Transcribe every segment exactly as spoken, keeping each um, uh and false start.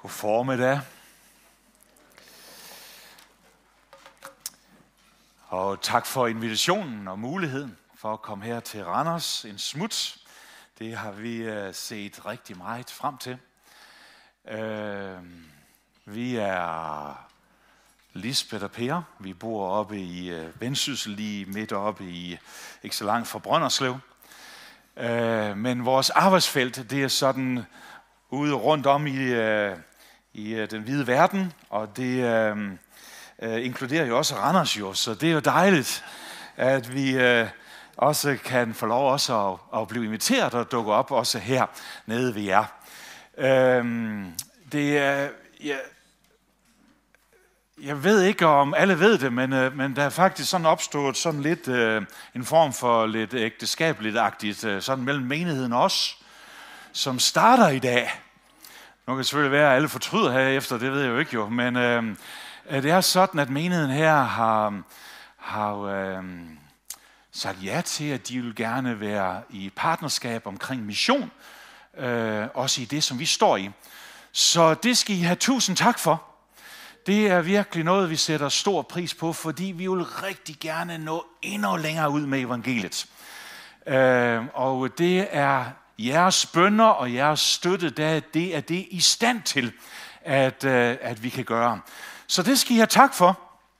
God formiddag. Og tak for invitationen og muligheden for at komme her til Randers en smut. Det har vi uh, set rigtig meget frem til. Uh, vi er Lisbeth og Per. Vi bor oppe i uh, Vendsyssel, lige midt oppe i, ikke så langt fra Brønderslev. Uh, men vores arbejdsfelt, det er sådan ude rundt om i, uh, i uh, den hvide verden, og det uh, uh, inkluderer jo også Randers jo, så det er jo dejligt, at vi uh, også kan få lov også at, at blive inviteret og dukke op også her nede ved jer. Uh, det er... Uh, yeah, Jeg ved ikke, om alle ved det, men, øh, men der er faktisk sådan opstået sådan lidt øh, en form for lidt ægteskabeligt-agtigt, øh, sådan mellem menigheden og os, som starter i dag. Nu kan det selvfølgelig være, at alle fortryder herefter, det ved jeg jo ikke jo, men øh, det er sådan, at menigheden her har, har øh, sagt ja til, at de vil gerne være i partnerskab omkring mission, øh, også i det, som vi står i. Så det skal I have tusind tak for. Det er virkelig noget, vi sætter stor pris på, fordi vi vil rigtig gerne nå endnu længere ud med evangeliet. Øh, og det er jeres bønner og jeres støtte, der det er det i stand til, at, øh, at vi kan gøre. Så det skal I have tak for.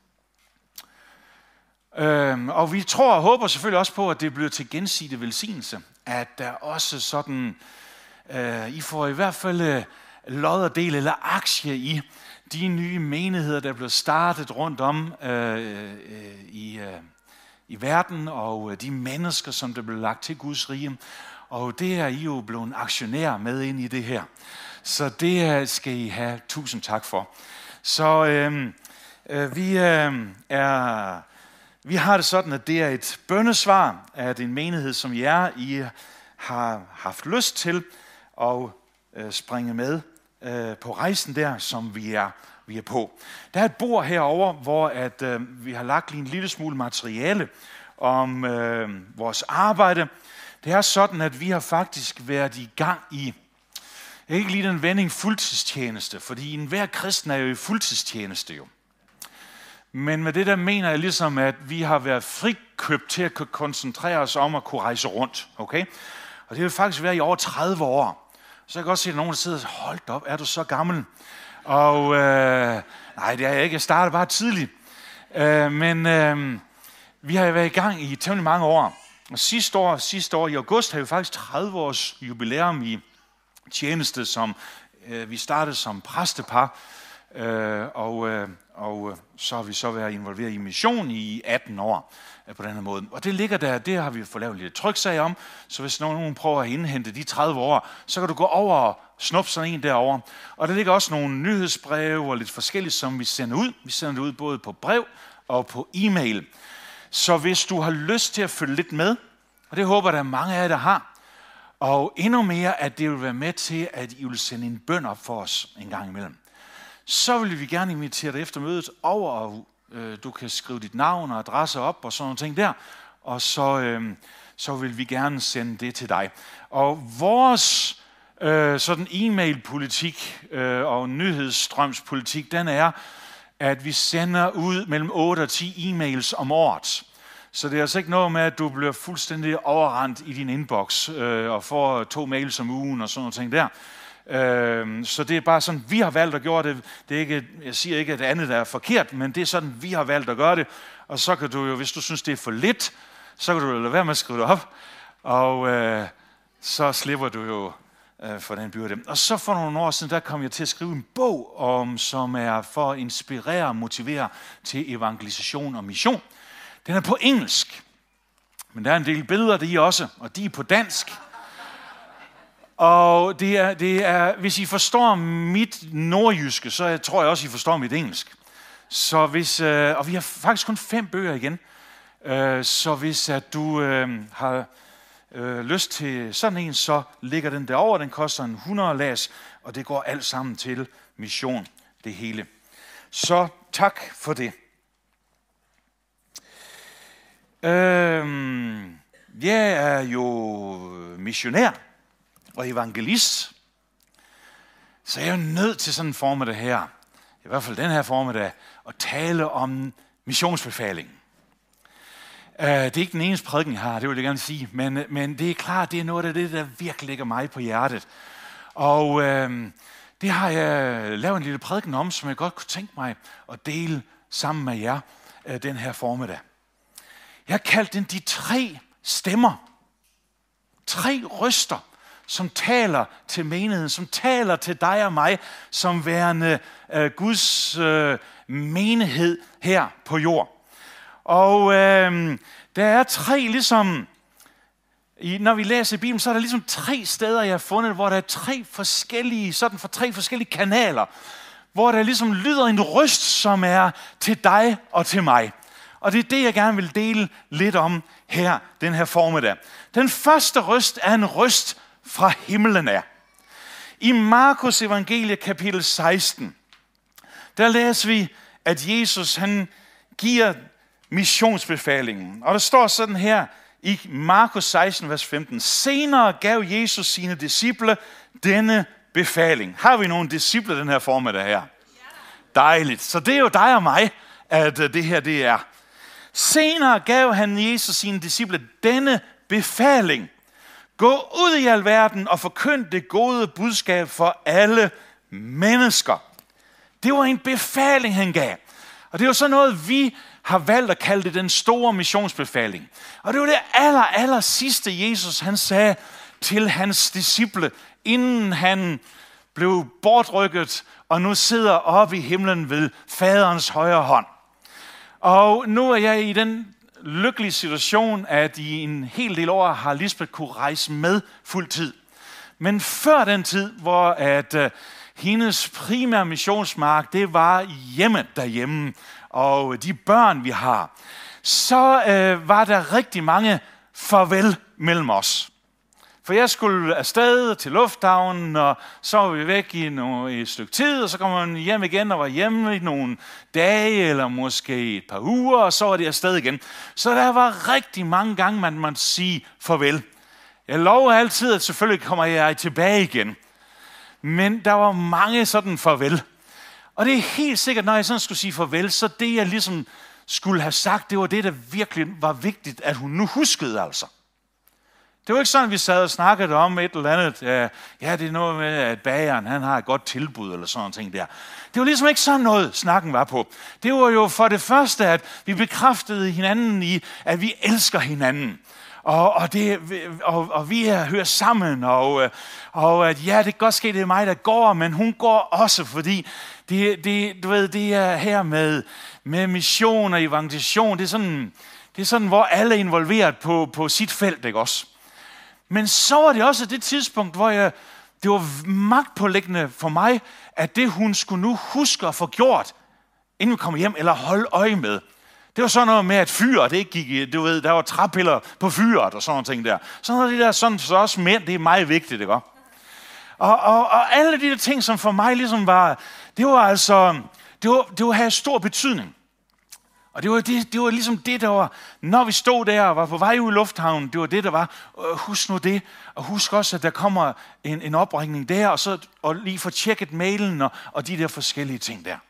Øh, og vi tror og håber selvfølgelig også på, at det bliver til gensidig velsignelse. At der også sådan, øh, I får i hvert fald lod og del eller aktie i de nye menigheder, der blev startet rundt om øh, øh, i, øh, i verden, og de mennesker, som der blev lagt til Guds rige. Og det er I jo blevet aktionær med ind i det her. Så det skal I have tusind tak for. Så øh, øh, vi, øh, er, vi har det sådan, at det er et bønnesvar, at en menighed som jer, I har haft lyst til at øh, springe med på rejsen der, som vi er, vi er på. Der er et bord herover, hvor at, øh, vi har lagt lige en lille smule materiale om øh, vores arbejde. Det er sådan, at vi har faktisk været i gang i, ikke lige den vending, fuldtidstjeneste, fordi enhver kristen er jo i fuldtidstjeneste jo. Men med det der mener jeg ligesom, at vi har været frikøbt til at kunne koncentrere os om at kunne rejse rundt. Okay? Og det vil faktisk være i over tredive år. Så jeg kan godt se, at nogen der sidder og siger, hold op, er du så gammel? Og øh, nej, det er jeg ikke. Jeg startede bare tidligt. Øh, men øh, vi har været i gang i temmelig mange år. Og sidste år, sidste år i august har vi faktisk tredive års jubilæum i tjeneste, som øh, vi startede som præstepar. Øh, og, øh, og øh, så har vi så været involveret i mission i atten år øh, på den her måde. Og det ligger der, det har vi fået lavet lidt tryksag om, så hvis nogen prøver at indhente de tredive år, så kan du gå over og snuppe sådan en derovre. Og der ligger også nogle nyhedsbreve og lidt forskelligt, som vi sender ud. Vi sender det ud både på brev og på e-mail. Så hvis du har lyst til at følge lidt med, og det håber der er mange af jer, der har, og endnu mere, at det vil være med til, at I vil sende en bøn op for os en gang imellem, så vil vi gerne invitere dig efter mødet over, og øh, du kan skrive dit navn og adresse op og sådan nogle ting der, og så, øh, så vil vi gerne sende det til dig. Og vores øh, sådan e-mail-politik øh, og nyhedsstrømspolitik, den er, at vi sender ud mellem otte og ti e-mails om året. Så det er altså ikke noget med, at du bliver fuldstændig overrendt i din inbox øh, og får to mails om ugen og sådan nogle ting der. Øh, så det er bare sådan, vi har valgt at gøre det. Det er ikke, jeg siger ikke, at det andet er forkert, men det er sådan, vi har valgt at gøre det. Og så kan du jo, hvis du synes, det er for lidt, så kan du lade være med at skrive det op, og øh, så slipper du jo øh, for den byrde. Og så for nogle år siden, der kom jeg til at skrive en bog, om, som er for at inspirere og motivere til evangelisation og mission. Den er på engelsk, men der er en del billeder der i også, og de er på dansk. Og det er, det er, hvis I forstår mit nordjyske, så tror jeg også, I forstår mit engelsk. Så hvis, øh, og vi har faktisk kun fem bøger igen. Øh, så hvis at du øh, har øh, lyst til sådan en, så ligger den derovre. Den koster en hundrede lads, og det går alt sammen til mission, det hele. Så tak for det. Øh, jeg er jo missionær og evangelist. Så jeg er jo nødt til sådan en formiddag her, i hvert fald den her formiddag, at tale om missionsbefaling. Uh, det er ikke den eneste prædiken, jeg har, det vil jeg gerne sige, men, men det er klart, det er noget af det, der virkelig ligger mig på hjertet. Og uh, det har jeg lavet en lille prædiken om, som jeg godt kunne tænke mig at dele sammen med jer uh, den her formiddag. Jeg har kaldt den de tre stemmer. Tre røster, som taler til menigheden, som taler til dig og mig, som værende uh, Guds uh, menighed her på jord. Og øh, der er tre ligesom, i, når vi læser i Bibelen, så er der ligesom tre steder, jeg har fundet, hvor der er tre forskellige, sådan for tre forskellige kanaler, hvor der ligesom lyder en røst, som er til dig og til mig. Og det er det, jeg gerne vil dele lidt om her, den her formiddag. Den første røst er en røst fra himlen af. I Markus evangelie kapitel seksten, der læser vi, at Jesus han giver missionsbefalingen. Og der står sådan her i Markus seksten, vers femten. Senere gav Jesus sine disciple denne befaling. Har vi nogle disciple den her formiddag her? Ja. Dejligt. Så det er jo dig og mig, at det her det er. Senere gav han Jesus sine disciple denne befaling. Gå ud i al verden og forkynd det gode budskab for alle mennesker. Det var en befaling, han gav. Og det er jo sådan noget, vi har valgt at kalde det den store missionsbefaling. Og det var det aller, aller sidste Jesus, han sagde til hans disciple, inden han blev bortrykket, og nu sidder oppe i himlen ved faderens højre hånd. Og nu er jeg i den lykkelige situation, at i en hel del år har Lisbeth kunne rejse med fuld tid. Men før den tid, hvor at uh, hendes primære missionsmark, det var hjemmet derhjemme, og de børn, vi har, så øh, var der rigtig mange farvel mellem os. For jeg skulle afsted til lufthavnen, og så var vi væk i nogle, et stykke tid, og så kom man hjem igen og var hjemme i nogle dage, eller måske et par uger, og så var det afsted igen. Så der var rigtig mange gange, man måtte sige farvel. Jeg lover altid, at selvfølgelig kommer jeg tilbage igen. Men der var mange sådan farvel. Og det er helt sikkert, når jeg sådan skulle sige farvel, så det jeg ligesom skulle have sagt, det var det, der virkelig var vigtigt, at hun nu huskede altså. Det var ikke sådan, at vi sad og snakkede om et eller andet, ja, det er noget med, at bageren, han har et godt tilbud, eller sådan ting der. Det var ligesom ikke sådan noget, snakken var på. Det var jo for det første, at vi bekræftede hinanden i, at vi elsker hinanden. Og, og, det, og, og vi hører sammen, og, og at ja, det kan godt ske, det er mig, der går, men hun går også, fordi det, det, du ved, det er her med, med mission og evangelisation, det er, sådan, det er sådan, hvor alle er involveret på, på sit felt, ikke også? Men så var det også det tidspunkt, hvor jeg, det var magtpåliggende for mig, at det hun skulle nu huske at få gjort, inden vi kom hjem, eller holde øje med. Det var sådan noget med, at fyret, det ikke gik, du ved, der var træpiller på fyret og sådan nogle ting der. Sådan noget det der, sådan så også mænd, det er meget vigtigt, ikke? Og, og, og alle de der ting, som for mig ligesom var, det var altså, det var, det var have stor betydning. Og det var, det, det var ligesom det, der var, når vi stod der og var på vej ud i lufthavnen, det var det, der var, husk nu det, og husk også, at der kommer en, en opringning der, og så og lige få tjekket mailen og, og de der forskellige ting der.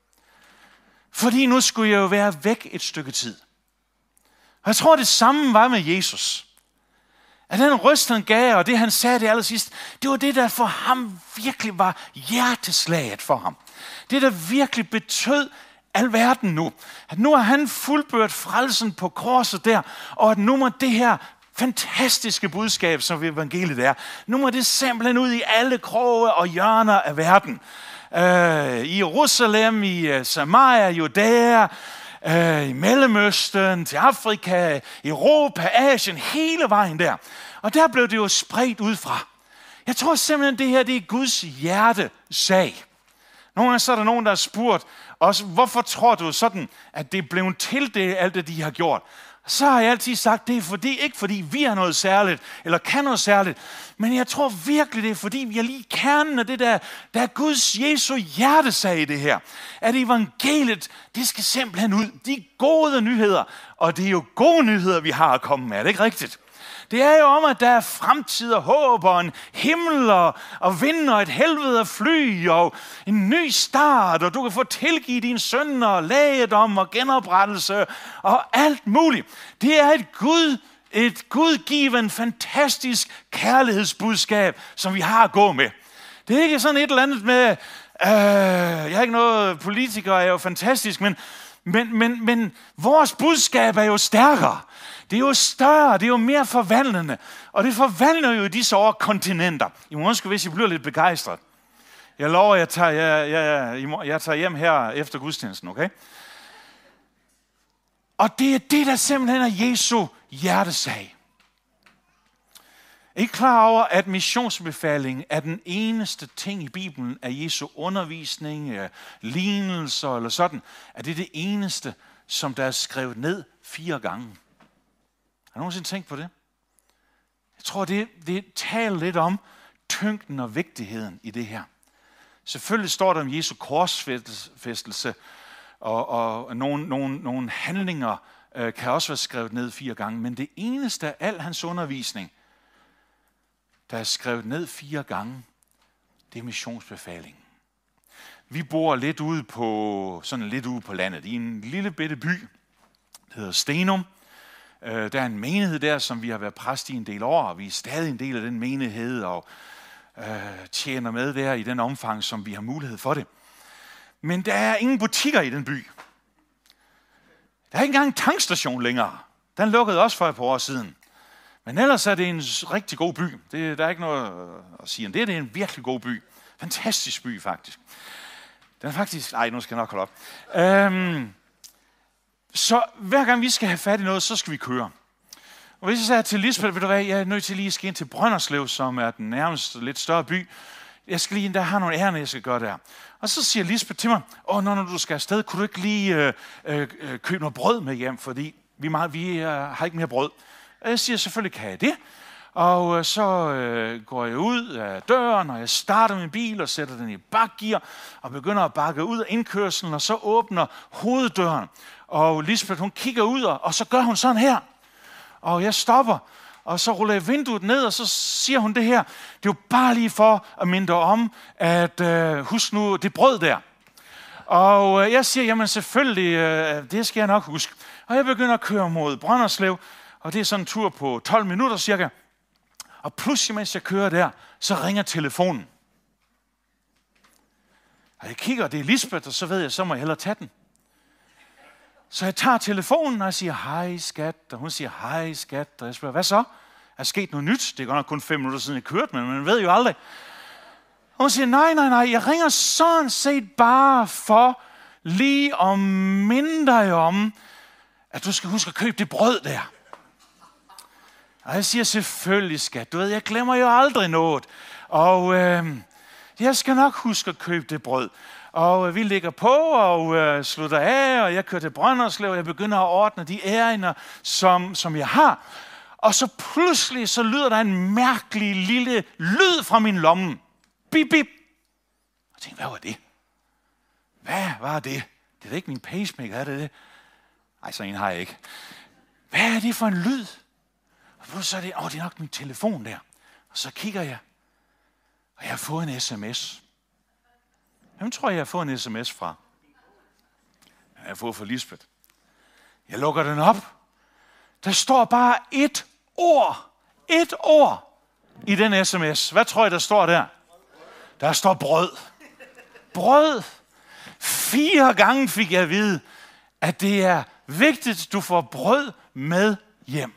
Fordi nu skulle jeg jo være væk et stykke tid. Og jeg tror, det samme var med Jesus. At den røst, han gav, og det, han sagde det allersidst, det var det, der for ham virkelig var hjerteslaget for ham. Det, der virkelig betød alverden nu. At nu har han fuldbyrdet frelsen på korset der, og at nu må det her fantastiske budskab, som evangeliet er, nu må det simpelthen ud i alle kroge og hjørner af verden. Uh, i Jerusalem, i uh, Samaria, Judæa, uh, i Mellemøsten, til Afrika, Europa, Asien, hele vejen der. Og der blev det jo spredt ud fra. Jeg tror simpelthen, det her det er Guds hjertesag. Nogle gange så er der nogen, der har spurgt os, hvorfor tror du sådan, at det er blevet til det, alt det, de har gjort? Så har jeg altid sagt, det er fordi, ikke fordi vi er noget særligt, eller kan noget særligt, men jeg tror virkelig, det er fordi, vi er lige kernen af det der, der er Guds Jesu hjertesag i det her. At evangeliet, det skal simpelthen ud. De gode nyheder, og det er jo gode nyheder, vi har at komme med, er det ikke rigtigt? Det er jo om, at der er fremtid og håb og en himmel og, og vind og et helvede af fly og en ny start, og du kan få tilgivet dine synder og lægedom og genoprettelse og alt muligt. Det er et Gud, et gudgiven, fantastisk kærlighedsbudskab, som vi har at gå med. Det er ikke sådan et eller andet med, øh, jeg har ikke noget, politikere er jo fantastisk, men, men, men, men vores budskab er jo stærkere. Det er jo større, det er jo mere forvandlende, og det forvandler jo disse over kontinenter. I må ønske, hvis I bliver lidt begejstret. Jeg lover, jeg tager, jeg, jeg, jeg, jeg tager hjem her efter gudstjenesten, okay? Og det er det, der simpelthen er Jesu hjertesag. Er I klar over, at missionsbefalingen er den eneste ting i Bibelen af Jesu undervisning, lignelser eller sådan, at det er det eneste, som der er skrevet ned fire gange? Har du nogensinde tænkt på det? Jeg tror, det, det taler lidt om tyngden og vigtigheden i det her. Selvfølgelig står der om Jesu korsfæstelse, og, og nogle, nogle, nogle handlinger øh, kan også være skrevet ned fire gange, men det eneste af al hans undervisning, der er skrevet ned fire gange, det er missionsbefalingen. Vi bor lidt ude på, sådan lidt ude på landet, i en lille bitte by, der hedder Stenum. Der er en menighed der, som vi har været præst i en del år, og vi er stadig en del af den menighed, og øh, tjener med der i den omfang, som vi har mulighed for det. Men der er ingen butikker i den by. Der er ikke engang en tankstation længere. Den lukkede også for et par år siden. Men ellers er det en rigtig god by. Det, der er ikke noget at sige om det. Det er en virkelig god by. Fantastisk by, faktisk. Den er faktisk... Nej, nu skal jeg nok holde op. Øhm, så hver gang vi skal have fat i noget, så skal vi køre. Og hvis jeg sagde til Lisbeth, ved du hvad, jeg er nødt til lige at skal ind til Brønderslev, som er den nærmest lidt større by. Jeg skal lige ind, der har nogle ærender, jeg skal gøre der. Og så siger Lisbeth til mig, åh, når du skal afsted, kunne du ikke lige øh, øh, købe noget brød med hjem, fordi vi, meget, vi øh, har ikke mere brød. Og jeg siger, selvfølgelig kan jeg det. Og øh, så øh, går jeg ud af døren, og jeg starter min bil og sætter den i bakgear, og begynder at bakke ud af indkørslen, og så åbner hoveddøren. Og Lisbeth, hun kigger ud, og så gør hun sådan her. Og jeg stopper, og så ruller jeg vinduet ned, og så siger hun det her. Det er jo bare lige for at minde dig om, at øh, husk nu det brød der. Og øh, jeg siger, jamen selvfølgelig, øh, det skal jeg nok huske. Og jeg begynder at køre mod Brønderslev, og det er sådan en tur på tolv minutter cirka. Og pludselig, mens jeg kører der, så ringer telefonen. Og jeg kigger, det er Lisbeth, og så ved jeg, så må jeg hellere tage den. Så jeg tager telefonen, og jeg siger, hej skat, og hun siger, hej skat, og jeg spørger, hvad så? Er der sket noget nyt? Det er godt nok kun fem minutter siden, jeg kørte, men man ved jo aldrig. Og hun siger, nej, nej, nej, jeg ringer sådan set bare for lige at minde dig om, at du skal huske at købe det brød der. Og jeg siger, selvfølgelig skat, du ved, jeg glemmer jo aldrig noget. Og øh, jeg skal nok huske at købe det brød. Og vi ligger på og øh, slutter af, og jeg kører til Brønderslev, og jeg begynder at ordne de ærinder, som, som jeg har. Og så pludselig, så lyder der en mærkelig lille lyd fra min lomme. Bip, bip. Jeg tænkte, hvad var det? Hvad var det? Det er da ikke min pacemaker, er det det? Nej, så en har jeg ikke. Hvad er det for en lyd? Og så er det, åh, det er nok min telefon der. Og så kigger jeg, og jeg har fået en sms. Hvem tror jeg, jeg har fået en sms fra? Jeg har fået fra Lisbeth. Jeg lukker den op. Der står bare et ord. Et ord i den sms. Hvad tror jeg, der står der? Der står brød. Brød. Fire gange fik jeg at vide, at det er vigtigt, at du får brød med hjem.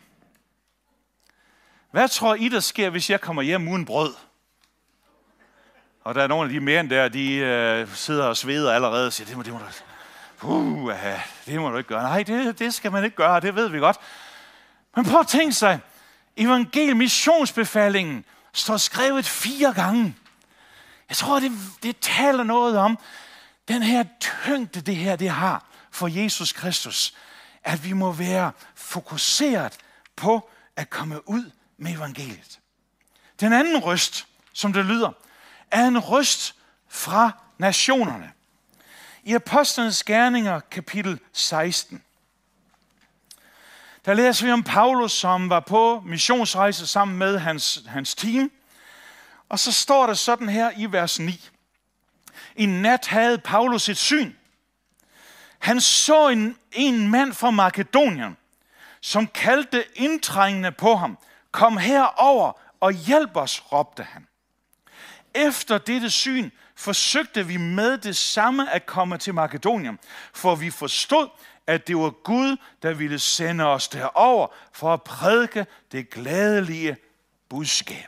Hvad tror I, der sker, hvis jeg kommer hjem uden brød? Og der er nogle af de mænd der, de øh, sidder og sveder allerede og siger, det må, det må du, uh, det må du ikke gøre. Nej, det, det skal man ikke gøre, det ved vi godt. Men prøv at tænke sig, evangel missionsbefalingen står skrevet fire gange. Jeg tror, det, det taler noget om den her tyngde, det her det har for Jesus Kristus. At vi må være fokuseret på at komme ud med evangeliet. Den anden røst, som det lyder, er en røst fra nationerne. I Apostlenes Gerninger, kapitel seksten, Der læser vi om Paulus, som var på missionsrejse sammen med hans, hans team. Og så står der sådan her i vers ni. En nat havde Paulus et syn. Han så en, en mand fra Makedonien, som kaldte indtrængende på ham. Kom herover og hjælp os, råbte han. Efter dette syn forsøgte vi med det samme at komme til Makedonien, for vi forstod, at det var Gud, der ville sende os derover for at prædike det glædelige budskab.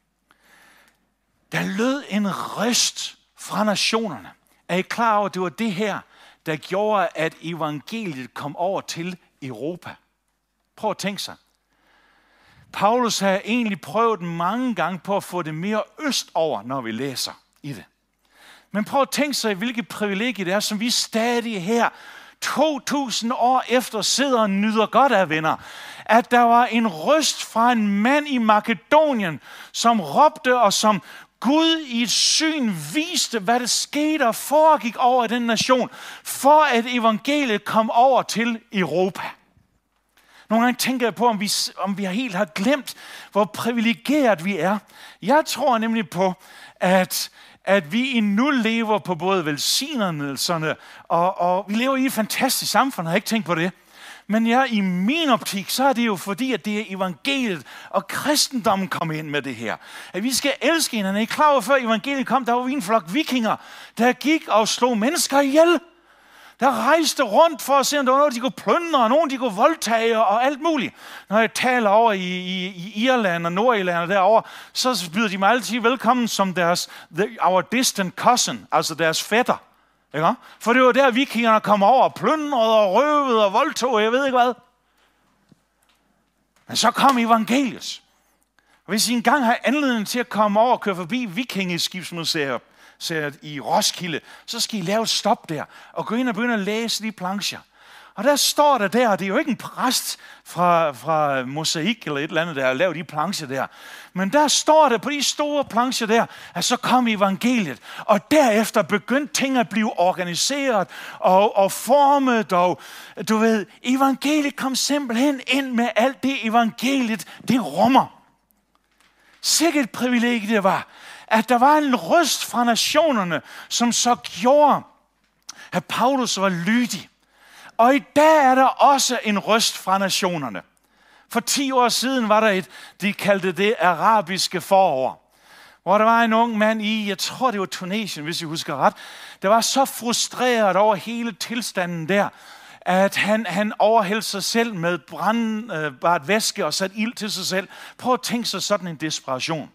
Der lød en røst fra nationerne. Er I klar over, at det var det her, der gjorde, at evangeliet kom over til Europa? Prøv at tænke sig. Paulus havde egentlig prøvet mange gange på at få det mere østover, når vi læser i det. Men prøv at tænke sig, hvilket privilegie det er, som vi stadig her, to tusind år efter, sidder og nyder godt af, venner. At der var en røst fra en mand i Makedonien, som råbte, og som Gud i et syn viste, hvad der skete og foregik over i den nation, for at evangeliet kom over til Europa. Nogle gange tænker jeg på, om vi, om vi helt har glemt, hvor privilegeret vi er. Jeg tror nemlig på, at, at vi endnu lever på både velsignelserne, og, og vi lever i et fantastisk samfund, jeg har ikke tænkt på det. Men ja, i min optik, så er det jo fordi, at det er evangeliet og kristendommen kom ind med det her. At vi skal elske hinanden. Er I klar over, før evangeliet kom, der var vi en flok vikinger, der gik og slog mennesker ihjel. Der rejste rundt for at se, om der var noget, de kunne plyndre, og nogen, de kunne voldtage og alt muligt. Når jeg taler over i, i, i Irland og Nordirland og derovre, så byder de mig altid velkommen som deres, the, our distant cousin, altså deres fætter. Ikke? For det var der, vikingerne kom over og plyndrede og røvede og voldtog, jeg ved ikke hvad. Men så kom evangeliet. Og hvis I engang har anledning til at komme over og køre forbi Vikingeskibsmuseet i Roskilde, så skal I lave et stop der og gå ind og begynde at læse de plancher. Og der står der der, og det er jo ikke en præst fra, fra Mosaik eller et eller andet, der har lavet de plancher der. Men der står der på de store plancher der, at så kom evangeliet. Og derefter begyndte ting at blive organiseret og, og formet. Og du ved, evangeliet kom simpelthen ind med alt det evangeliet, det rummer. Sikkert et privilegie det var, at der var en røst fra nationerne, som så gjorde, at Paulus var lydig. Og i dag er der også en røst fra nationerne. For ti år siden var der et, de kaldte det arabiske forår, hvor der var en ung mand i, jeg tror det var Tunesien, hvis jeg husker ret, der var så frustreret over hele tilstanden der, at han, han overhældte sig selv med brandbart væske og satte ild til sig selv. Prøv at tænke sig sådan en desperation.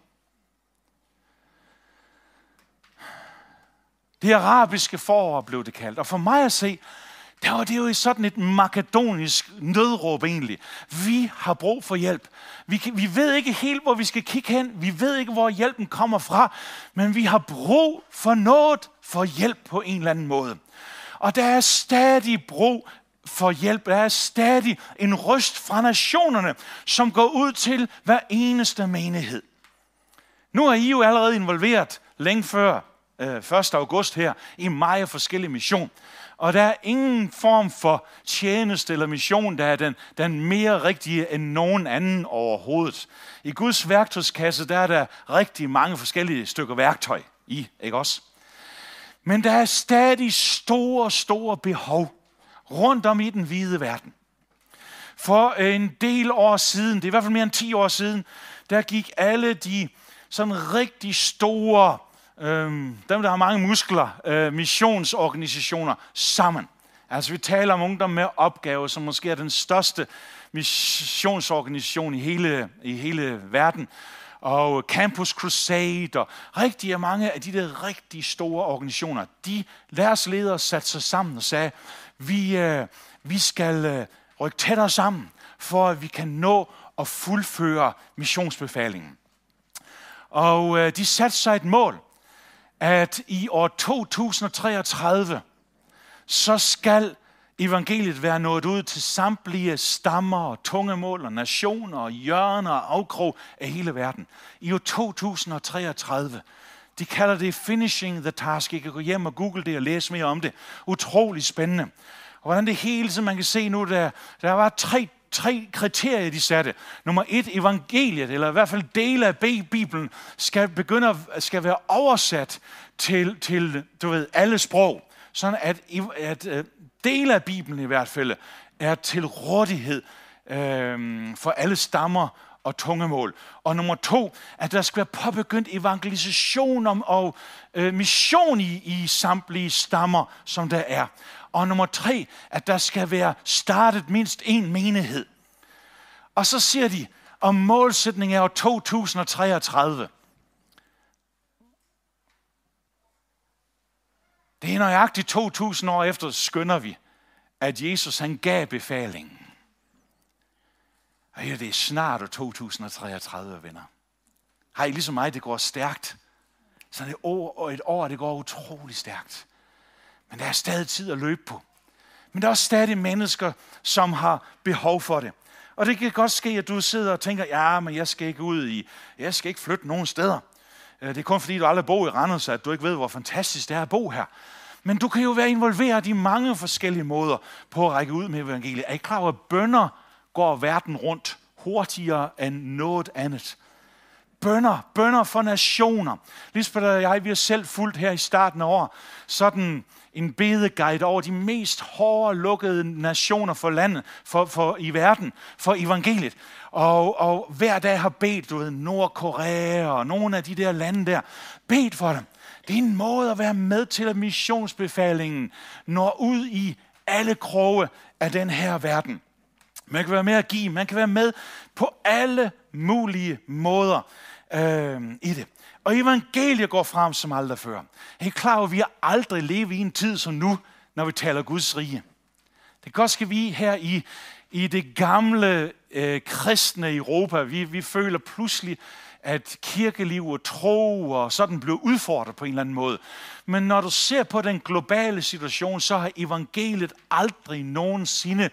Det arabiske forår blev det kaldt, og for mig at se, der var det jo sådan et makedonisk nødråb egentlig. Vi har brug for hjælp. Vi, kan, vi ved ikke helt, hvor vi skal kigge hen. Vi ved ikke, hvor hjælpen kommer fra. Men vi har brug for noget for hjælp på en eller anden måde. Og der er stadig brug for hjælp. Der er stadig en røst fra nationerne, som går ud til hver eneste menighed. Nu er I jo allerede involveret længe før øh, første august her i meget forskellige mission. Og der er ingen form for tjeneste eller mission, der er den, den mere rigtige end nogen anden overhovedet. I Guds værktøjskasse, der er der rigtig mange forskellige stykker værktøj i, ikke også? Men der er stadig store, store behov rundt om i den hvide verden. For en del år siden, det er i hvert fald mere end ti år siden, der gik alle de sådan rigtig store, Øhm, dem, der har mange muskler, øh, missionsorganisationer sammen. Altså vi taler om ungdom med opgaver, som måske er den største missionsorganisation i hele, i hele verden. Og Campus Crusade og rigtig mange af de der rigtig store organisationer, de, deres ledere satte sig sammen og sagde, vi, øh, vi skal øh, rykke tættere sammen, for at vi kan nå at fuldføre missionsbefalingen. Og øh, de satte sig et mål, at i år to tusind treogtredive, så skal evangeliet være nået ud til samtlige stammer og tungemål og nationer og hjørner og afkrog af hele verden. I år to tusind treogtredive. De kalder det finishing the task. I kan gå hjem og google det og læse mere om det. Utrolig spændende. Og hvordan det hele, som man kan se nu, der, der var tre tre kriterier, de satte. Nummer et, evangeliet, eller i hvert fald dele af Bibelen, skal begynde at, skal være oversat til, til du ved, alle sprog. Sådan at, at, at dele af Bibelen i hvert fald er til rådighed øh, for alle stammer og tungemål. Og nummer to, at der skal være påbegyndt evangelisation om, og øh, mission i, i samtlige stammer, som der er. Og nummer tre, at der skal være startet mindst en menighed. Og så siger de, om målsætningen er år to tusind treogtredive. Det er nøjagtigt to tusind år efter, skønner vi, at Jesus han gav befalingen. Og ja, det er snart år to tusind treogtredive, venner. Har I ligesom mig, det går stærkt. Sådan et år, og et år, det går utrolig stærkt. Men der er stadig tid at løbe på. Men der er også stadig mennesker, som har behov for det. Og det kan godt ske, at du sidder og tænker, ja, men jeg skal ikke ud i, jeg skal ikke flytte nogen steder. Det er kun fordi, du aldrig bor i Randers, at du ikke ved, hvor fantastisk det er at bo her. Men du kan jo være involveret i mange forskellige måder på at række ud med evangeliet. Er I klar over, at bønner går verden rundt hurtigere end noget andet? Bønner, bønner for nationer. Lisbeth og jeg, vi har selv fulgt her i starten af år sådan en bedeguide over de mest hårde, lukkede nationer for landet, for, for i verden, for evangeliet. Og, og hver dag har bedt, du ved, Nordkorea og nogle af de der lande der, bedt for dem. Det er en måde at være med til, at missionsbefalingen når ud i alle kroge af den her verden. Man kan være med at give, man kan være med på alle mulige måder øh, i det. Og evangeliet går frem som aldrig før. Jeg er klar over, at vi har aldrig levet i en tid som nu, når vi taler Guds rige. Det kan godt ske, vi her i, i det gamle øh, kristne Europa, vi, vi føler pludselig, at kirkeliv og tro og sådan blev udfordret på en eller anden måde. Men når du ser på den globale situation, så har evangeliet aldrig nogensinde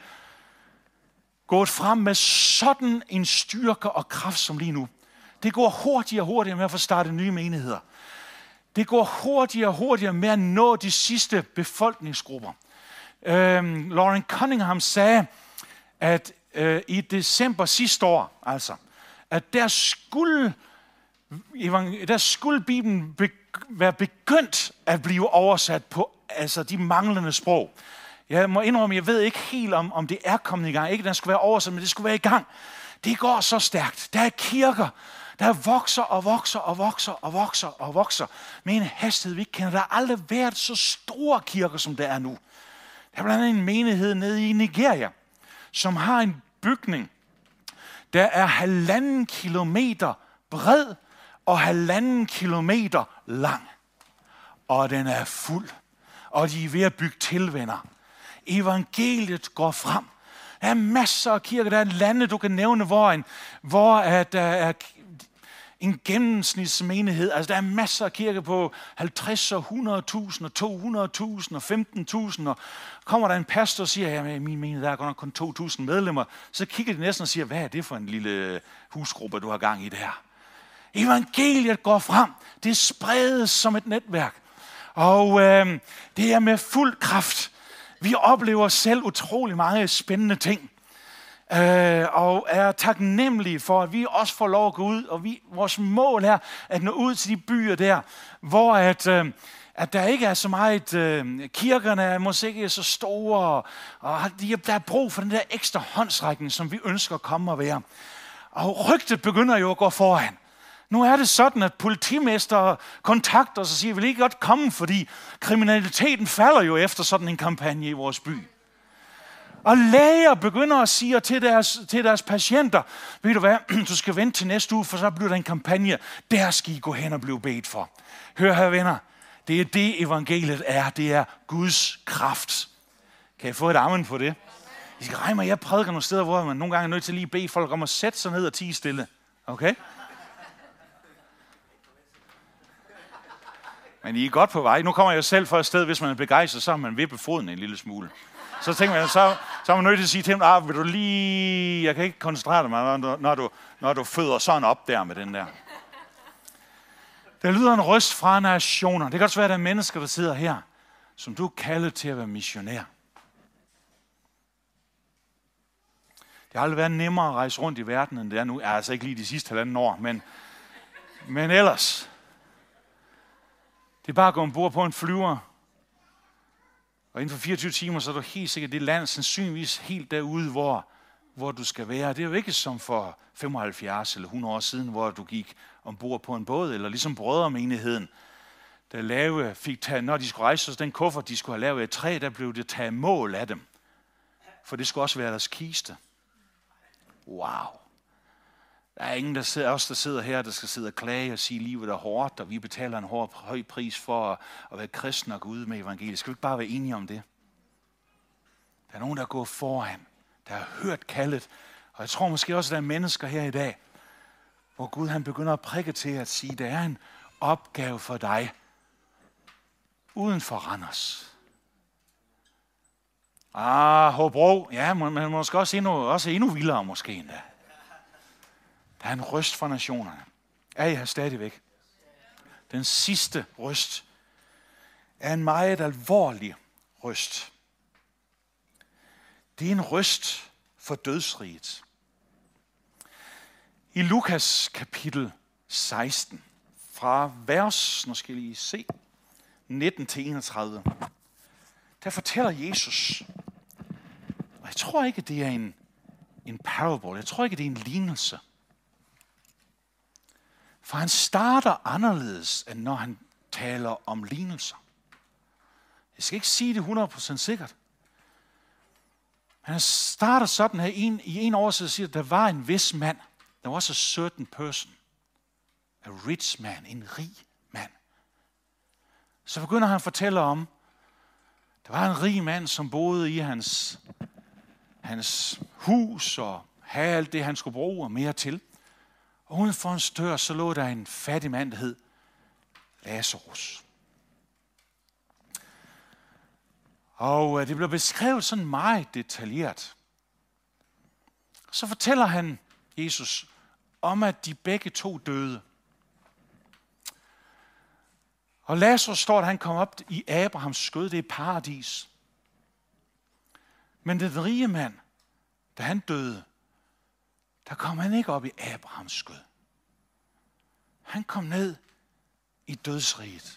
gået frem med sådan en styrke og kraft som lige nu. Det går hurtigere og hurtigere med at få startet nye menigheder. Det går hurtigere og hurtigere med at nå de sidste befolkningsgrupper. Øhm, Lauren Cunningham sagde, at øh, i december sidste år, altså, at der skulle, der skulle Bibelen be, være begyndt at blive oversat på altså de manglende sprog. Jeg må indrømme, jeg ved ikke helt, om, om det er kommet i gang. Ikke, den skulle være oversat, men det skulle være i gang. Det går så stærkt. Der er kirker, der vokser og vokser og vokser og vokser og vokser med en hastighed, vi ikke kender. Der har aldrig været så store kirker, som der er nu. Der er blandt andet en menighed nede i Nigeria, som har en bygning, der er halvanden kilometer bred og halvanden kilometer lang. Og den er fuld. Og de er ved at bygge tilvænner. Evangeliet går frem. Der er masser af kirker. Der er lande, du kan nævne, hvor, en, hvor at der er en gennemsnitsmenighed. Altså, der er masser af kirker på halvtreds og hundrede tusind og to hundrede tusind og femten tusind. Og kommer der en pastor og siger, at min menighed der er godt nok kun to tusind medlemmer. Så kigger de næsten og siger, hvad er det for en lille husgruppe, du har gang i det her? Evangeliet går frem. Det spredes som et netværk. Og øh, det er med fuld kraft. Vi oplever selv utrolig mange spændende ting. Øh, og er taknemmelige for, at vi også får lov at gå ud. Og vi, vores mål er at nå ud til de byer der, hvor at, øh, at der ikke er så meget, øh, kirkerne er måske ikke så store, og der er brug for den der ekstra håndsrækning, som vi ønsker at komme og være. Og rygtet begynder jo at gå foran. Nu er det sådan, at politimester kontakter os og siger, vil I ikke godt komme, fordi kriminaliteten falder jo efter sådan en kampagne i vores by. Og læger begynder at sige til deres, til deres patienter, ved du hvad, du skal vente til næste uge, for så bliver der en kampagne, der skal I gå hen og blive bedt for. Hør her, venner, det er det evangeliet er, det er Guds kraft. Kan I få et amen på det? I skal regne mig, jeg prædiker nogle steder, hvor man nogle gange er nødt til lige at bede folk om at sætte sig ned og tie stille. Okay? Men I er godt på vej. Nu kommer jeg selv fra et sted, hvis man er begejstret, så har man vippet foden en lille smule. Så tænker man, så, så er man nødt til at sige til dem, ah, vil du lige, jeg kan ikke koncentrere mig, når, når, du, når du føder sådan op der med den der. Der lyder en røst fra nationer. Det kan også være, at der er mennesker, der sidder her, som du kalder til at være missionær. Det har aldrig været nemmere at rejse rundt i verden, end det er nu. Ja, altså ikke lige de sidste halvanden år, men, men ellers. Det er bare at gå ombord på en flyver. Og inden for fireogtyve timer, så er du helt sikkert det land, sandsynligvis helt derude, hvor, hvor du skal være. Det er jo ikke som for femoghalvfjerds eller hundrede år siden, hvor du gik ombord på en båd, eller ligesom brødremenigheden, der lave, fik taget, når de skulle rejse, så den kuffert, de skulle have lavet af et træ, der blev det taget mål af dem. For det skulle også være deres kiste. Wow. Der er ingen, der sidder, os, der sidder her, der skal sidde og klage og sige, at livet er hårdt, og vi betaler en hård, høj pris for at, at være kristne og gå ud med evangeliet. Skal vi ikke bare være enige om det? Der er nogen, der går foran, der har hørt kaldet, og jeg tror måske også, at der er mennesker her i dag, hvor Gud han begynder at prikke til at sige, at der er en opgave for dig, uden for Randers. Ah, Hobro, ja, men måske også endnu, også endnu vildere måske endda. Der er en røst for nationerne. Er I her stadigvæk? Den sidste røst er en meget alvorlig røst. Det er en røst for dødsriget. I Lukas kapitel seksten, fra vers, nu skal I lige se, nitten til enogtredive, der fortæller Jesus, og jeg tror ikke, det er en, en parable, jeg tror ikke, det er en lignelse. For han starter anderledes, end når han taler om lignelser. Jeg skal ikke sige det hundrede procent sikkert. Men han starter sådan her, i en, i en oversættelse siger, at der var en vis mand. Der var også a certain person. A rich man, en rig mand. Så begynder han at fortælle om, der var en rig mand, som boede i hans, hans hus og havde alt det, han skulle bruge og mere til. Og uden for hans dør, så lå der en fattig mand, der hed Lazarus. Og det blev beskrevet sådan meget detaljeret. Så fortæller han, Jesus, om at de begge to døde. Og Lazarus står, at han kom op i Abrahams skød, det er paradis. Men den rige mand, da han døde, der kom han ikke op i Abrahams skød. Han kom ned i dødsriget.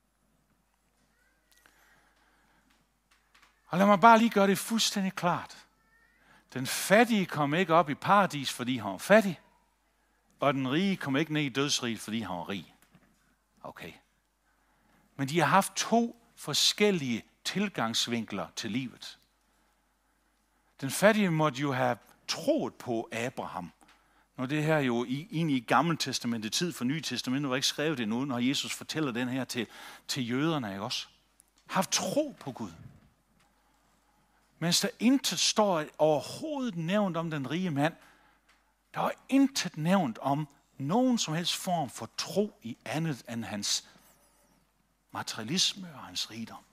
Og lad mig bare lige gøre det fuldstændig klart. Den fattige kom ikke op i paradis, fordi han var fattig, og den rige kom ikke ned i dødsriget, fordi han var rig. Okay. Men de har haft to forskellige tilgangsvinkler til livet. Den fattige måtte jo have troet på Abraham. Når det her jo i, egentlig i Gamle Testamentet tid, for Nye Testamentet var ikke skrevet endnu, når Jesus fortæller den her til, til jøderne, ikke også? Haft tro på Gud. Mens der intet står overhovedet nævnt om den rige mand, der var intet nævnt om nogen som helst form for tro i andet end hans materialisme og hans rigdom.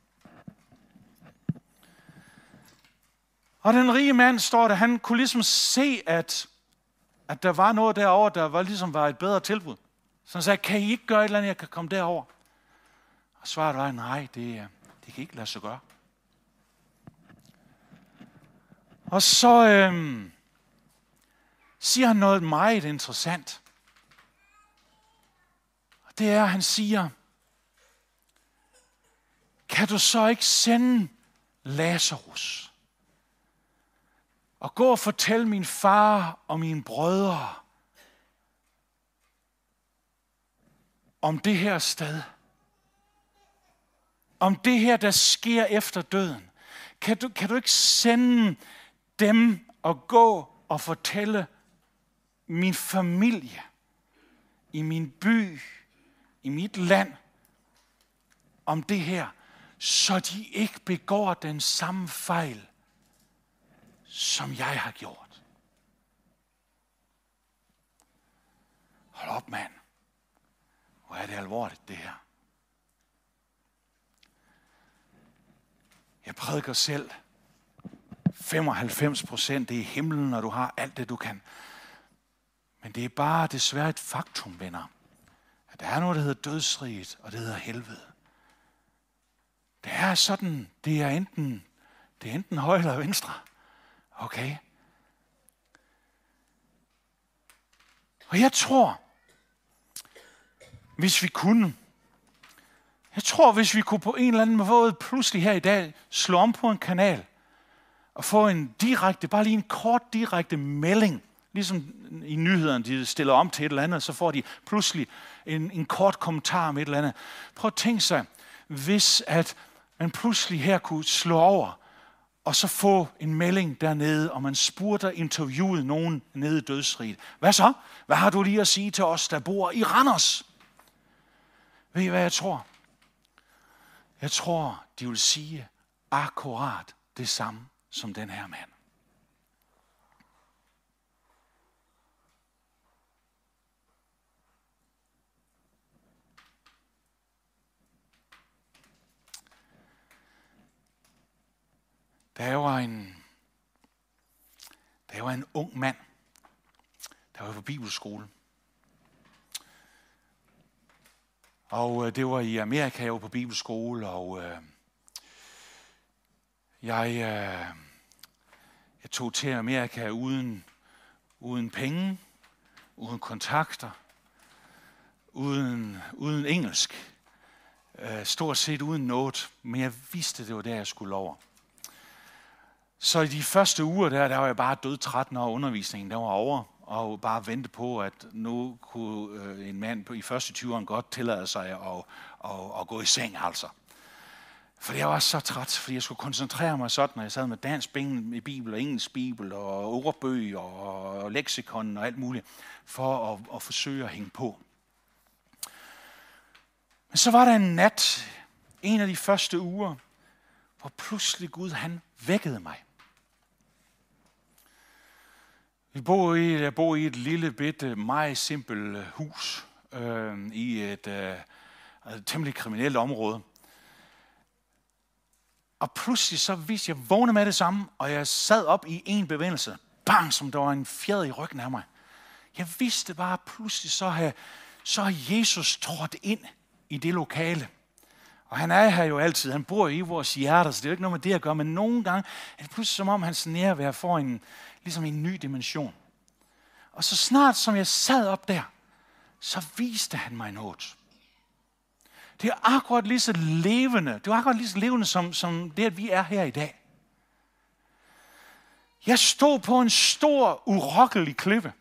Og den rige mand står der, han kunne ligesom se, at, at der var noget derovre, der var ligesom var et bedre tilbud. Så han sagde, kan I ikke gøre et eller andet, jeg kan komme derover? Og svaret var, nej, det, det kan ikke lade sig gøre. Og så øhm, siger han noget meget interessant. Og det er, at han siger, kan du så ikke sende Lazarus og gå og fortælle min far og mine brødre om det her sted? Om det her, der sker efter døden. Kan du, kan du ikke sende dem og gå og fortælle min familie, i min by, i mit land, om det her, så de ikke begår den samme fejl, som jeg har gjort. Hold op, mand. Hvor er det alvorligt, det her. Jeg prædiker selv. femoghalvfems procent, det er himlen, når du har alt det, du kan. Men det er bare desværre et faktum, venner. At der er noget, der hedder dødsriget, og det hedder helvede. Det er sådan, det er enten, det er enten højre eller venstre. Okay? Og jeg tror, hvis vi kunne, jeg tror, hvis vi kunne på en eller anden måde pludselig her i dag slå om på en kanal og få en direkte, bare lige en kort direkte melding, ligesom i nyhederne, de stiller om til et eller andet, så får de pludselig en, en kort kommentar om et eller andet. Prøv at tænke sig, hvis at man pludselig her kunne slå over, og så få en melding dernede, og man spurgte interviewet nogen nede i dødsriget. Hvad så? Hvad har du lige at sige til os, der bor i Randers? Ved I, hvad jeg tror? Jeg tror, de vil sige akkurat det samme som den her mand. Der var en, der var en ung mand, der var på bibelskole. Og øh, det var i Amerika, jeg var på bibelskole, og øh, jeg, øh, jeg tog til Amerika uden, uden penge, uden kontakter, uden, uden engelsk, øh, stort set uden noget, men jeg vidste, det var der, jeg skulle over. Så i de første uger der, der var jeg bare dødtræt, når undervisningen der var over, og bare vente på, at nu kunne øh, en mand på, i første tyverne godt tillade sig at, at, at, at gå i seng, altså. For jeg var så træt, fordi jeg skulle koncentrere mig sådan, når jeg sad med dansk i bibel og engelsk bibel og ordbøger og leksikon og alt muligt, for at, at forsøge at hænge på. Men så var der en nat, en af de første uger, hvor pludselig Gud, han vækkede mig. Vi bor i, jeg bor i et lille bitte, meget simpelt hus øh, i et, øh, et temmelig kriminelt område. Og pludselig så vidste jeg, vågnede med det samme, og jeg sad op i en bevægelse. Bang, som der var en fjeder i ryggen af mig. Jeg vidste bare pludselig, så har, så har Jesus trådt ind i det lokale. Og han er her jo altid. Han bor i vores hjerter, så det er jo ikke noget med det at gøre. Men nogle gange er det pludselig som om, hans nærvær får en, ligesom en ny dimension. Og så snart som jeg sad op der, så viste han mig noget. Det er akkurat lige så levende. Det er akkurat lige så levende som, som det, at vi er her i dag. Jeg stod på en stor, urokkelig klippe.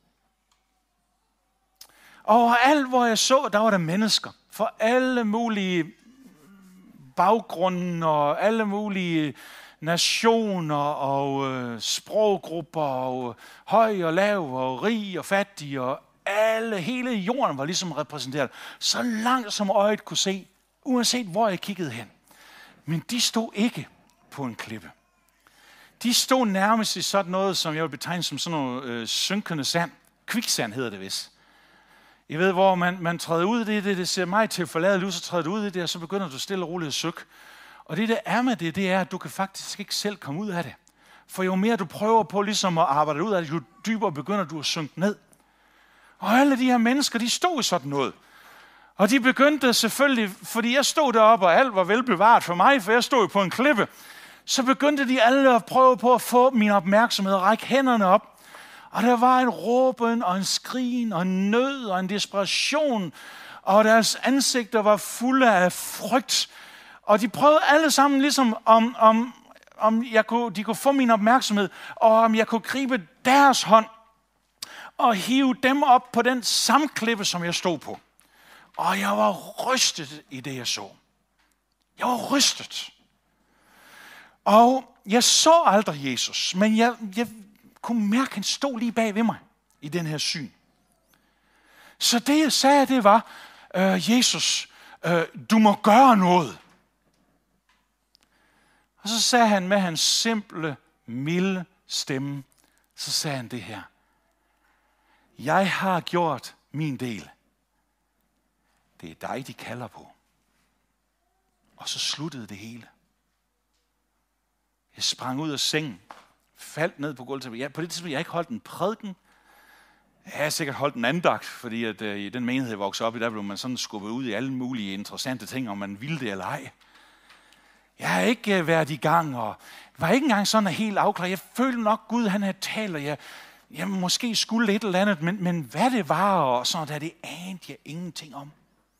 Og overalt, hvor jeg så, der var der mennesker. For alle mulige baggrunde og alle mulige nationer og øh, sproggrupper og høj og lav og rig og fattig og alle, hele jorden var ligesom repræsenteret. Så langt som øjet kunne se, uanset hvor jeg kiggede hen. Men de stod ikke på en klippe. De stod nærmest i sådan noget, som jeg vil betegne som sådan noget øh, synkende sand. Kviksand hedder det vist. I ved, hvor man, man træder ud i det, det, det ser meget til forladet ud, så træder du ud i det, og så begynder du stille og roligt at søge. Og det, der er med det, det er, at du kan faktisk ikke selv komme ud af det. For jo mere du prøver på ligesom at arbejde ud af det, jo dybere begynder du at synke ned. Og alle de her mennesker, de stod i sådan noget. Og de begyndte selvfølgelig, fordi jeg stod deroppe, og alt var velbevaret for mig, for jeg stod på en klippe, så begyndte de alle at prøve på at få min opmærksomhed og række hænderne op. Og der var en råben og en skrigen og en nød og en desperation, og deres ansigter var fulde af frygt. Og de prøvede alle sammen ligesom, om, om, om jeg kunne, de kunne få min opmærksomhed, og om jeg kunne gribe deres hånd og hive dem op på den samme klippe, som jeg stod på. Og jeg var rystet i det, jeg så. Jeg var rystet. Og jeg så aldrig Jesus, men jeg, jeg kunne mærke, at han stod lige bag ved mig i den her syn. Så det, jeg sagde, det var, øh, Jesus, øh, du må gøre noget. Og så sagde han med hans simple, milde stemme, så sagde han det her. Jeg har gjort min del. Det er dig, de kalder på. Og så sluttede det hele. Jeg sprang ud af sengen, faldt ned på gulvet. Ja, på det tidspunkt, jeg ikke holdt en prædiken. Jeg har sikkert holdt en andagt, fordi at, øh, i den menighed, jeg voksede op i, der blev man sådan skubbet ud i alle mulige interessante ting, om man ville det eller ej. Jeg har ikke øh, været i gang, og var ikke engang sådan helt afklaret. Jeg følte nok, Gud han havde talt, og jeg, jamen måske skulle et eller andet, men, men hvad det var, og sådan der, det anede jeg ingenting om.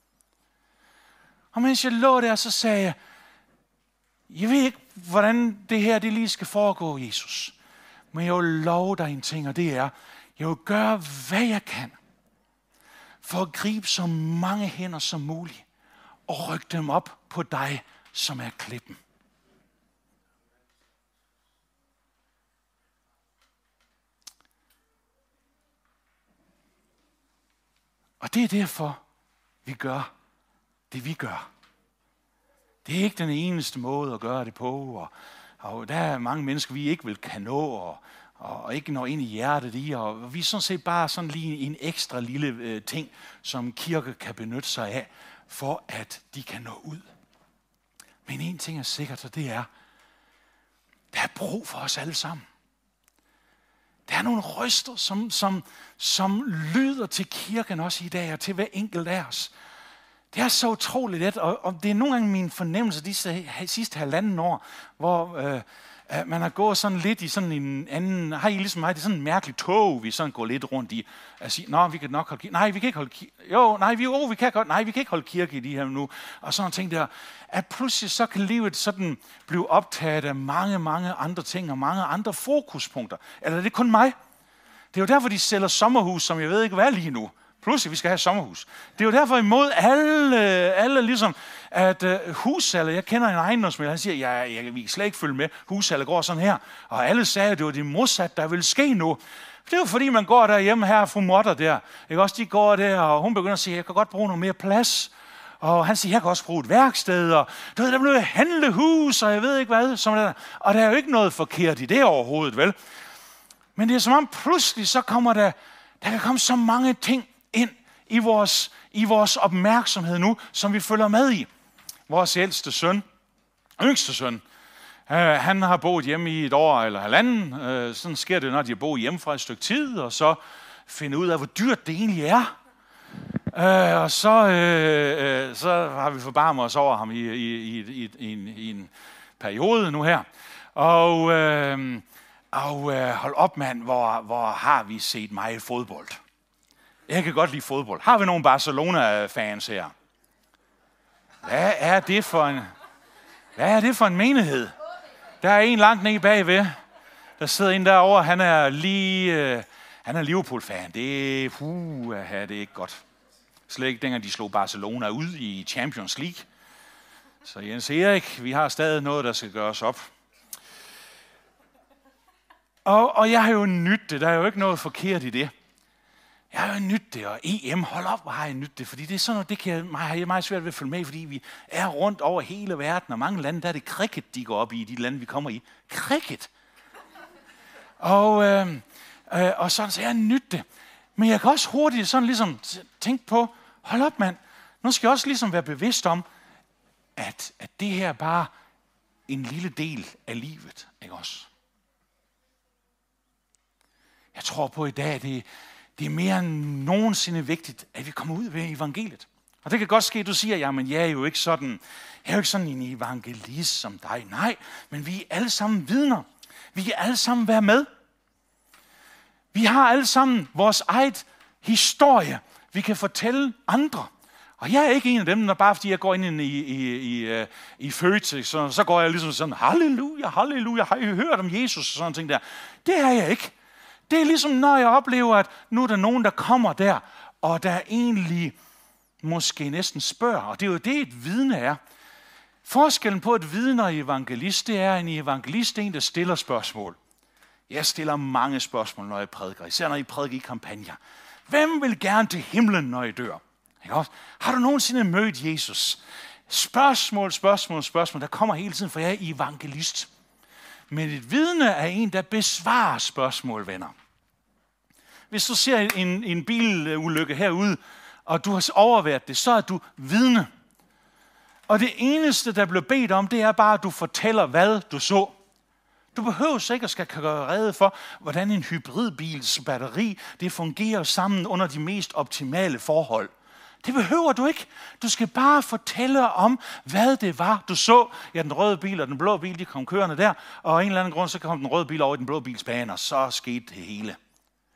Og mens jeg lå der, så sagde jeg, jeg ved ikke, hvordan det her det lige skal foregå, Jesus. Men jeg vil love dig en ting, og det er, jeg vil gøre, hvad jeg kan, for at gribe så mange hænder som muligt, og rykke dem op på dig, som er klippen. Og det er derfor, vi gør det, vi gør. Det er ikke den eneste måde at gøre det på, og, og der er mange mennesker, vi ikke vil kan nå, og, og ikke når ind i hjertet i, og vi er sådan set bare sådan lige en ekstra lille øh, ting, som kirke kan benytte sig af, for at de kan nå ud. Men en ting er sikkert, og det er, der er brug for os alle sammen. Der er nogle røster, som, som, som lyder til kirken også i dag, og til hver enkelt af os. Det er så utroligt let, og, og det er nogle gange min fornemmelse de sidste halvanden år, hvor øh, man har gået sådan lidt i sådan en anden, har I ligesom mig, det er sådan en mærkelig tog, vi sådan går lidt rundt i, at sige, nå, vi kan nok holde kirke, nej, vi kan ikke holde kirke, jo, nej, vi, oh, vi kan godt, nej, vi kan ikke holde kirke i de her nu, og sådan ting der, at pludselig så kan livet sådan blive optaget af mange, mange andre ting, og mange andre fokuspunkter, eller er det kun mig? Det er jo derfor, de sælger sommerhus, som jeg ved ikke hvad lige nu. Pludselig, vi skal have sommerhus. Det er jo derfor imod alle, alle ligesom, at uh, hussalget, jeg kender en ejendomsmægler, han siger, ja, jeg, vi kan slet ikke følge med, hussalget går sådan her. Og alle sagde, at det var det modsat, der ville ske nu. Det er jo fordi, man går derhjemme her, fru Motter der, ikke også, de går der, og hun begynder at sige, jeg kan godt bruge noget mere plads. Og han siger, jeg kan også bruge et værksted, og du ved, der bliver et handlehus, og jeg ved ikke hvad, som der. Og der er jo ikke noget forkert i det overhovedet, vel? Men det er som om pludselig, så kommer der, der kan komme så mange ting ind i vores, i vores opmærksomhed nu, som vi følger med i. Vores ældste søn, yngste søn, øh, han har boet hjemme i et år eller halvanden. Øh, sådan sker det, når de har boet hjemme fra et stykke tid, og så finde ud af, hvor dyrt det egentlig er. Øh, og så, øh, øh, så har vi forbarmet os over ham i, i, i, i, i, en, i en periode nu her. Og, øh, og øh, hold op, mand, hvor, hvor har vi set meget fodbold. Jeg kan godt lide fodbold. Har vi nogle Barcelona-fans her? Hvad er det for en, hvad er det for en menighed? Der er en langt nede bagved. Der sidder en derovre, han er lige, øh, han er Liverpool-fan. Det, uh, det er ikke godt. Slet ikke dengang de slog Barcelona ud i Champions League. Så Jens Erik, vi har stadig noget, der skal gøres op. Og, og jeg har jo nydt det. Der er jo ikke noget forkert i det. Jeg har jo nydt det, og E M, hold op, hvor har jeg nydt det, fordi det er sådan noget, det kan jeg, har jeg meget svært ved at følge med, fordi vi er rundt over hele verden, og mange lande, der er det cricket, de går op i, de lande, vi kommer i. Cricket! Og, øh, øh, og sådan, så jeg har nydt det. Men jeg kan også hurtigt sådan ligesom tænke på, hold op mand, nu skal jeg også ligesom være bevidst om, at, at det her er bare en lille del af livet, ikke også? Jeg tror på i dag, det Det er mere end nogensinde vigtigt, at vi kommer ud ved evangeliet. Og det kan godt ske, at du siger, jamen jeg er jo ikke sådan, jeg er jo ikke sådan en evangelist som dig. Nej, men vi er alle sammen vidner. Vi kan alle sammen være med. Vi har alle sammen vores eget historie, vi kan fortælle andre. Og jeg er ikke en af dem, der bare fordi jeg går ind i, i, i, i Føtex, så, så går jeg ligesom sådan, halleluja, halleluja, har I hørt om Jesus og sådan ting der. Det er jeg ikke. Det er ligesom, når jeg oplever, at nu er der nogen, der kommer der, og der egentlig måske næsten spørger. Og det er jo det, et vidne er. Forskellen på et vidne og evangelist, det er, en evangelist er en, der stiller spørgsmål. Jeg stiller mange spørgsmål, når jeg prædiker. Især når I prædiker i kampagner. Hvem vil gerne til himlen, når I dør? Ikke også? Har du nogensinde mødt Jesus? Spørgsmål, spørgsmål, spørgsmål. Der kommer hele tiden, for jeg er evangelist. Men et vidne er en, der besvarer spørgsmål, venner. Hvis du ser en, en bilulykke herude, og du har overværet det, så er du vidne. Og det eneste, der bliver bedt om, det er bare, at du fortæller, hvad du så. Du behøver sikkert skal gøre rede for, hvordan en hybridbils batteri det fungerer sammen under de mest optimale forhold. Det behøver du ikke. Du skal bare fortælle om, hvad det var, du så. Ja, den røde bil og den blå bil, de kom kørende der, og af en eller anden grund, så kom den røde bil over i den blå bils bane, og så skete det hele.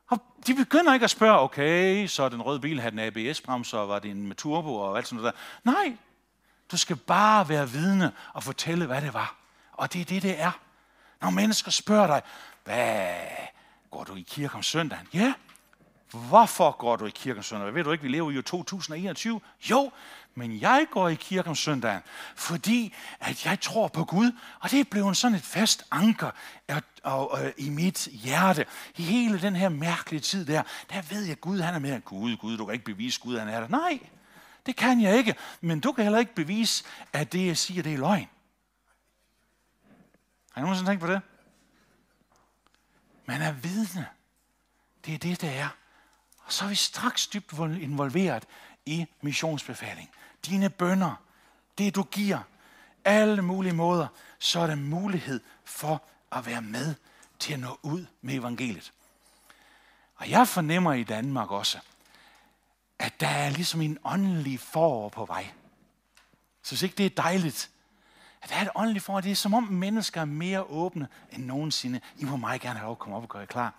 Og de begynder ikke at spørge, okay, så den røde bil havde en A B S-bremser, og var det en med turbo og alt sådan noget der. Nej, du skal bare være vidne og fortælle, hvad det var. Og det er det, det er. Når mennesker spørger dig, hvad, går du i kirke om søndagen? Ja. Hvorfor går du i kirke om søndagen? Ved du ikke, vi lever i år to tusind og enogtyve? Jo, men jeg går i kirke om søndagen, fordi at jeg tror på Gud, og det er blevet sådan et fast anker og, og, og, i mit hjerte. I hele den her mærkelige tid der, der ved jeg, at Gud han er med. Gud, Gud, du kan ikke bevise, Gud han er der. Nej, det kan jeg ikke. Men du kan heller ikke bevise, at det, jeg siger, det er løgn. Har I nogensinde tænkt på det? Man er vidne. Det er det, det er. Og så er vi straks dybt involveret i missionsbefaling. Dine bønner, det du giver, alle mulige måder, så er der mulighed for at være med til at nå ud med evangeliet. Og jeg fornemmer i Danmark også, at der er ligesom en åndelig forår på vej. Så hvis ikke det er dejligt, at der er et åndeligt forår, det er som om mennesker er mere åbne end nogensinde. I må meget gerne have lov at komme op og gøre jer klar.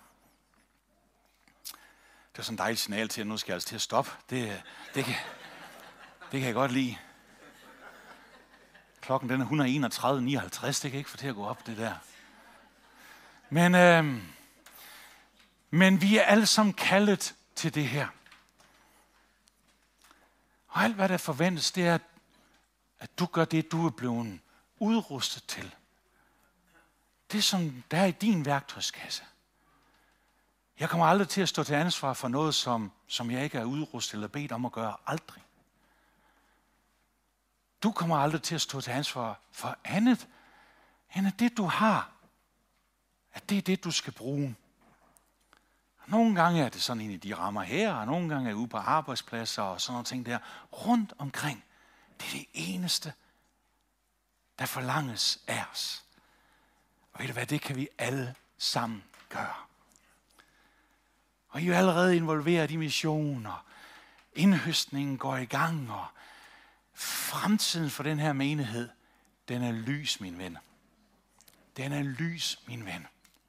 Det er sådan et dejligt signal til, at nu skal jeg altså til at stoppe. Det, det, kan, det kan jeg godt lide. Klokken den er et hundrede og enogtredive nioghalvtreds, det kan ikke få til at gå op, det der. Men, øh, men vi er alle sammen kaldet til det her. Og alt hvad der forventes, det er, at du gør det, du er blevet udrustet til. Det som der er i din værktøjskasse. Jeg kommer aldrig til at stå til ansvar for noget, som, som jeg ikke er udrustet eller bedt om at gøre. Aldrig. Du kommer aldrig til at stå til ansvar for andet, end at det du har, at det er det, du skal bruge. Nogle gange er det sådan en i de rammer her, og nogle gange er det ude på arbejdspladser og sådan nogle ting der. Rundt omkring. Det er det eneste, der forlanges af os. Og ved du hvad, det kan vi alle sammen gøre. Og I er allerede involveret i missioner. Indhøstningen går i gang, og fremtiden for den her menighed, den er lys, min ven. Den er lys, min ven.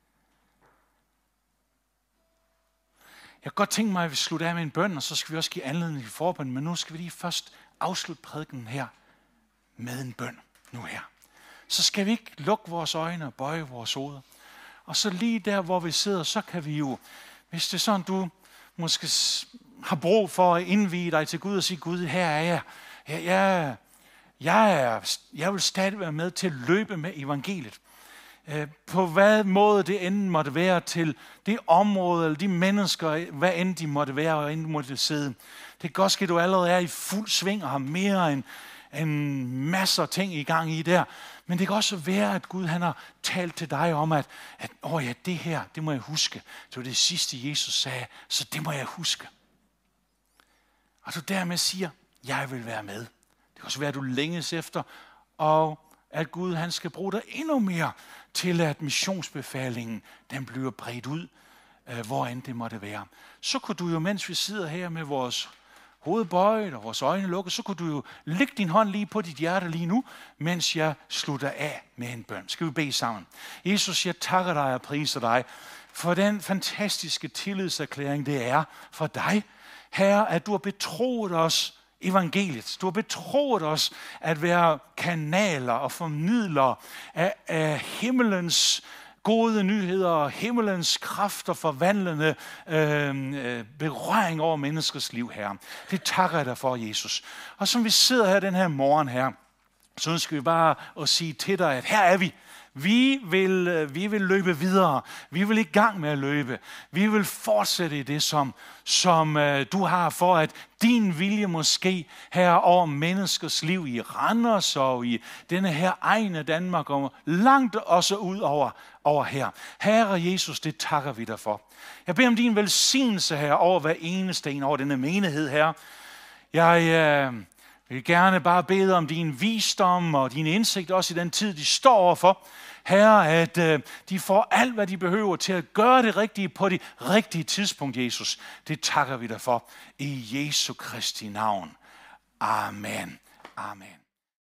Jeg kan godt tænke mig, at vi slutter af med en bøn, og så skal vi også give anledning til forbøn, men nu skal vi lige først afslutte prædiken her med en bøn nu her. Så skal vi ikke lukke vores øjne og bøje vores hoveder. Og så lige der, hvor vi sidder, så kan vi jo, hvis det er sådan, du måske har brug for at indvie dig til Gud og sige, Gud, her er jeg. Jeg, jeg, jeg, er, jeg vil stadig være med til at løbe med evangeliet. På hvad måde det end måtte være til det område, eller de mennesker, hvad end de måtte være, og end måtte sidde. Det kan godt ske, at du allerede er i fuld sving og har mere end, end masser af ting i gang i der. Men det kan også være, at Gud han har talt til dig om, at, at åh ja, det her, det må jeg huske. Det var det sidste, Jesus sagde, så det må jeg huske. Og du dermed siger, jeg vil være med. Det kan også være, at du længes efter, og at Gud han skal bruge dig endnu mere til, at missionsbefalingen den bliver bredt ud, øh, hvor end det måtte være. Så kunne du jo, mens vi sidder her med vores hoved bøjet og vores øjne lukket, så kunne du jo lægge din hånd lige på dit hjerte lige nu, mens jeg slutter af med en bøn. Skal vi bede sammen? Jesus, jeg takker dig og priser dig for den fantastiske tillidserklæring, det er for dig, Herre, at du har betroet os evangeliet. Du har betroet os at være kanaler og formidlere af, af himmelens gode nyheder og himmelens kræfter forvandlende øh, berøring over menneskers liv, Herre. Det takker jeg dig for, Jesus. Og som vi sidder her den her morgen, Herre, så ønsker vi bare at sige til dig, at her er vi. Vi vil, vi vil løbe videre. Vi vil i gang med at løbe. Vi vil fortsætte i det, som, som uh, du har for, at din vilje måske her over menneskers liv i Randers og i denne her egen af Danmark og langt også ud over, over her. Herre Jesus, det takker vi dig for. Jeg beder om din velsignelse her over hver eneste en, over denne menighed her. Jeg... Uh, Jeg vil gerne bare bede om din visdom og din indsigt, også i den tid, de står overfor. Herre, at øh, de får alt, hvad de behøver til at gøre det rigtige på det rigtige tidspunkt, Jesus. Det takker vi dig for. I Jesu Kristi navn. Amen. Amen.